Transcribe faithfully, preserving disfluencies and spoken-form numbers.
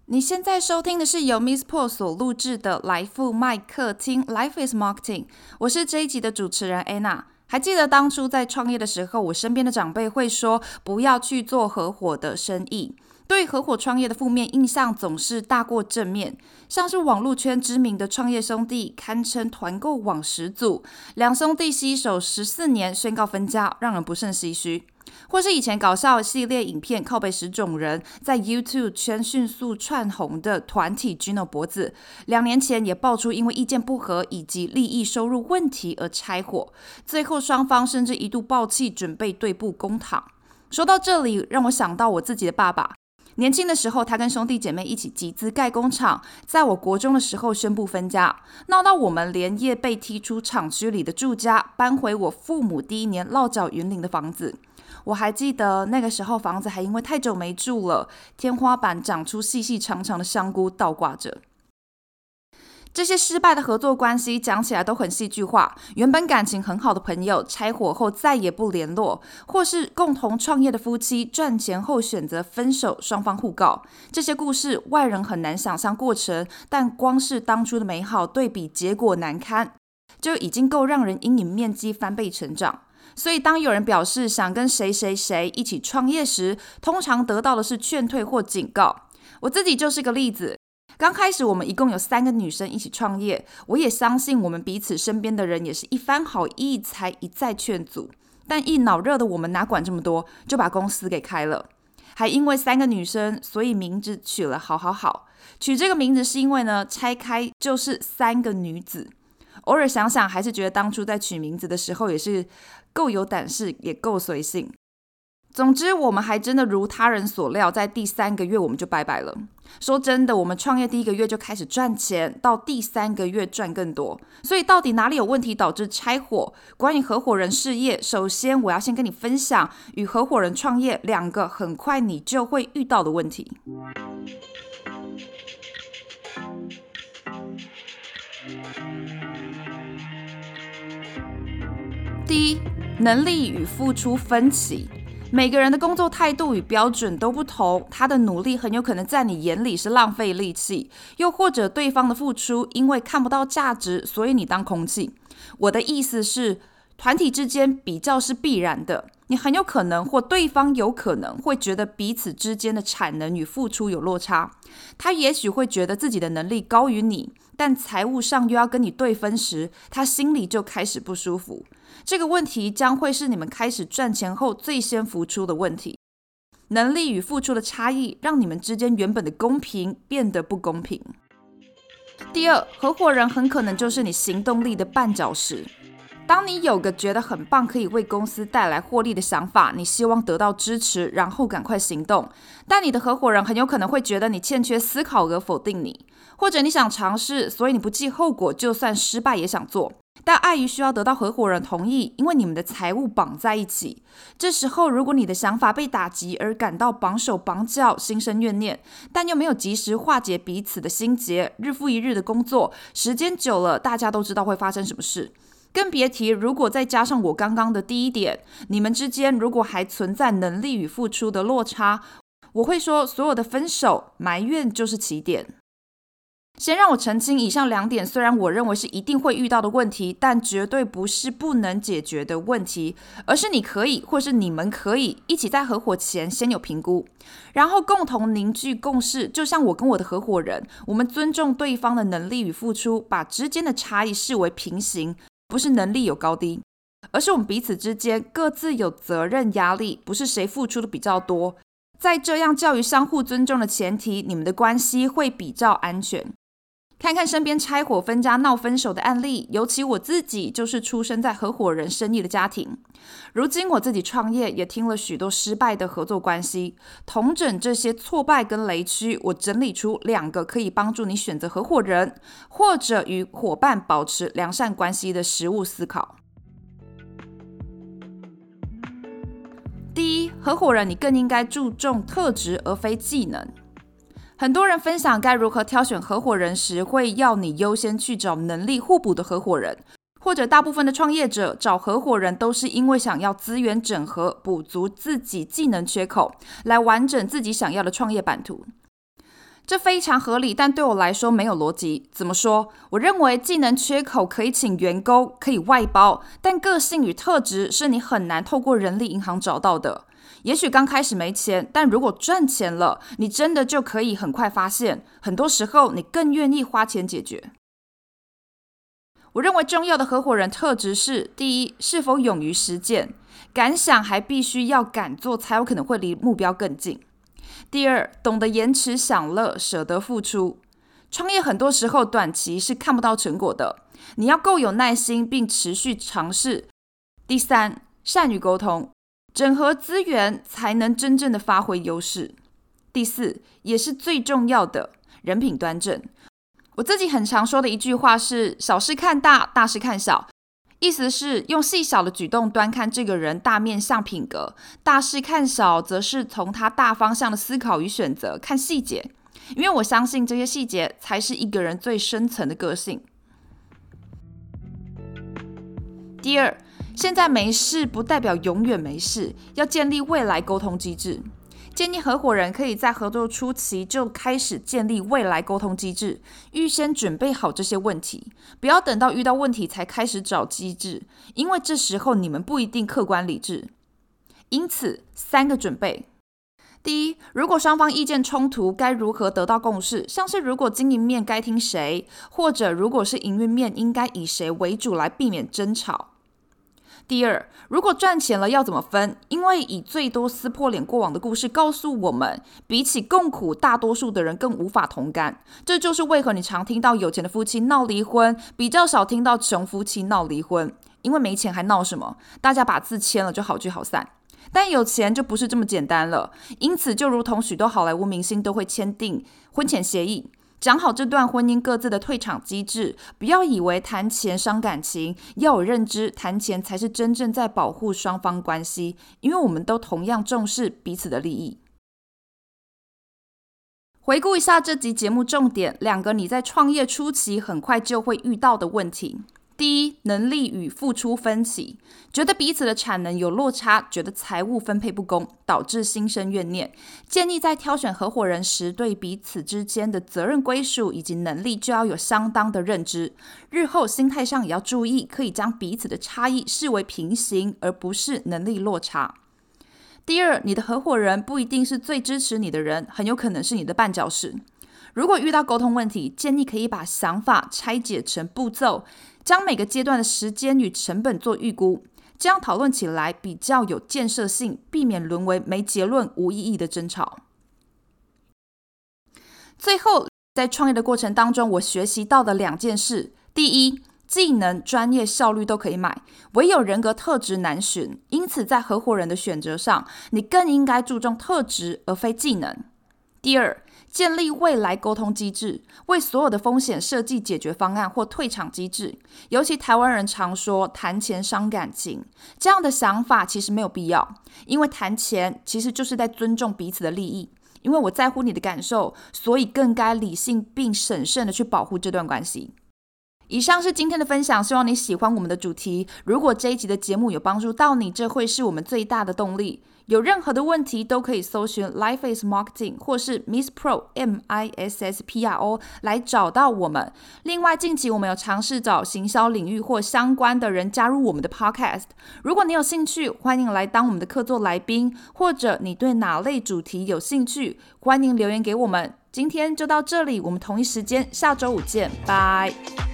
你现在收听的是由 Miss Po 所录制的来富麦客厅 Life is Marketing， 我是这一集的主持人 Anna。还记得当初在创业的时候，我身边的长辈会说不要去做合伙的生意，对合伙创业的负面印象总是大过正面，像是网络圈知名的创业兄弟堪称团购网始祖，两兄弟携手十四年宣告分家，让人不胜唏嘘。或是以前搞笑系列影片靠北十种人在 YouTube 圈迅速窜红的团体 Gino 脖子，两年前也爆出因为意见不合以及利益收入问题而拆伙，最后双方甚至一度爆气，准备对簿公堂。说到这里，让我想到我自己的爸爸。年轻的时候，他跟兄弟姐妹一起集资盖工厂，在我国中的时候宣布分家，闹到我们连夜被踢出厂区里的住家，搬回我父母第一年落脚云林的房子。我还记得那个时候房子还因为太久没住了，天花板长出细细长长的香菇倒挂着。这些失败的合作关系讲起来都很戏剧化，原本感情很好的朋友拆伙后再也不联络，或是共同创业的夫妻赚钱后选择分手，双方互告。这些故事外人很难想象过程，但光是当初的美好对比结果难堪，就已经够让人阴影面积翻倍成长。所以当有人表示想跟谁谁谁一起创业时，通常得到的是劝退或警告。我自己就是个例子。刚开始我们一共有三个女生一起创业，我也相信我们彼此身边的人也是一番好意才一再劝阻，但一脑热的我们哪管这么多，就把公司给开了。还因为三个女生，所以名字取了好好好。取这个名字是因为呢，拆开就是三个女子。偶尔想想，还是觉得当初在取名字的时候也是够有胆识，也够随性。总之，我们还真的如他人所料，在第三个月我们就拜拜了。说真的，我们创业第一个月就开始赚钱，到第三个月赚更多。所以到底哪里有问题导致拆伙？关于合伙人事业，首先我要先跟你分享与合伙人创业两个很快你就会遇到的问题。第一，能力与付出分歧。每个人的工作态度与标准都不同，他的努力很有可能在你眼里是浪费力气，又或者对方的付出因为看不到价值，所以你当空气。我的意思是，团体之间比较是必然的，你很有可能或对方有可能会觉得彼此之间的产能与付出有落差，他也许会觉得自己的能力高于你，但财务上又要跟你对分时，他心里就开始不舒服。这个问题将会是你们开始赚钱后最先浮出的问题。能力与付出的差异，让你们之间原本的公平变得不公平。第二，合伙人很可能就是你行动力的绊脚石。当你有个觉得很棒可以为公司带来获利的想法，你希望得到支持，然后赶快行动，但你的合伙人很有可能会觉得你欠缺思考而否定你，或者你想尝试，所以你不计后果，就算失败也想做，但碍于需要得到合伙人同意，因为你们的财务绑在一起。这时候如果你的想法被打击而感到绑手绑脚，心生怨念，但又没有及时化解彼此的心结，日复一日的工作，时间久了大家都知道会发生什么事。更别提如果再加上我刚刚的第一点，你们之间如果还存在能力与付出的落差，我会说所有的分手埋怨就是起点。先让我澄清，以上两点虽然我认为是一定会遇到的问题，但绝对不是不能解决的问题，而是你可以或是你们可以一起在合伙前先有评估，然后共同凝聚共识。就像我跟我的合伙人，我们尊重对方的能力与付出，把之间的差异视为平行，不是能力有高低，而是我们彼此之间各自有责任压力，不是谁付出的比较多。在这样教育相互尊重的前提，你们的关系会比较安全。看看身边拆伙分家闹分手的案例，尤其我自己就是出生在合伙人生意的家庭。如今我自己创业，也听了许多失败的合作关系。统整这些挫败跟雷区，我整理出两个可以帮助你选择合伙人，或者与伙伴保持良善关系的实务思考。第一，合伙人你更应该注重特质而非技能。很多人分享该如何挑选合伙人时，会要你优先去找能力互补的合伙人，或者大部分的创业者找合伙人都是因为想要资源整合，补足自己技能缺口，来完整自己想要的创业版图。 这非常合理，但对我来说没有逻辑。怎么说？我认为技能缺口可以请员工，可以外包，但个性与特质是你很难透过人力银行找到的。也许刚开始没钱，但如果赚钱了，你真的就可以很快发现，很多时候你更愿意花钱解决。我认为重要的合伙人特质是：第一，是否勇于实践，敢想还必须要敢做，才有可能会离目标更近。第二，懂得延迟享乐，舍得付出。创业很多时候短期是看不到成果的，你要够有耐心并持续尝试。第三，善于沟通，整合资源才能真正的发挥优势。第四，也是最重要的，人品端正。我自己很常说的一句话是：小事看大，大事看小。意思是用细小的举动端看这个人大面向品格，大事看小则是从他大方向的思考与选择看细节，因为我相信这些细节才是一个人最深层的个性。第二，现在没事不代表永远没事，要建立未来沟通机制。建议合伙人可以在合作初期就开始建立未来沟通机制，预先准备好这些问题，不要等到遇到问题才开始找机制，因为这时候你们不一定客观理智。因此，三个准备。第一，如果双方意见冲突，该如何得到共识？像是如果经营面该听谁，或者如果是营运面应该以谁为主来避免争吵。第二，如果赚钱了要怎么分？因为以最多撕破脸过往的故事告诉我们，比起共苦，大多数的人更无法同甘。这就是为何你常听到有钱的夫妻闹离婚，比较少听到穷夫妻闹离婚。因为没钱还闹什么？大家把字签了就好聚好散。但有钱就不是这么简单了，因此就如同许多好莱坞明星都会签订婚前协议，讲好这段婚姻各自的退场机制，不要以为谈钱伤感情，要有认知，谈钱才是真正在保护双方关系，因为我们都同样重视彼此的利益。回顾一下这集节目重点，两个你在创业初期很快就会遇到的问题。第一，能力与付出分歧，觉得彼此的产能有落差，觉得财务分配不公，导致心生怨念。建议在挑选合伙人时，对彼此之间的责任归属以及能力就要有相当的认知。日后心态上也要注意，可以将彼此的差异视为平行，而不是能力落差。第二，你的合伙人不一定是最支持你的人，很有可能是你的绊脚石。如果遇到沟通问题，建议可以把想法拆解成步骤，将每个阶段的时间与成本做预估，这样讨论起来比较有建设性，避免沦为没结论、无意义的争吵。最后，在创业的过程当中，我学习到的两件事：第一，技能、专业、效率都可以买，唯有人格特质难寻。因此，在合伙人的选择上，你更应该注重特质而非技能。第二，建立未来沟通机制，为所有的风险设计解决方案或退场机制。尤其台湾人常说谈钱伤感情，这样的想法其实没有必要，因为谈钱其实就是在尊重彼此的利益。因为我在乎你的感受，所以更该理性并审慎的去保护这段关系。以上是今天的分享，希望你喜欢我们的主题。如果这一集的节目有帮助到你，这会是我们最大的动力。有任何的问题都可以搜寻 Life is Marketing 或是 Miss Pro M I S S P R O 来找到我们。另外，近期我们有尝试找行销领域或相关的人加入我们的 Podcast。如果你有兴趣，欢迎来当我们的客座来宾，或者你对哪类主题有兴趣，欢迎留言给我们。今天就到这里，我们同一时间下周五见，拜。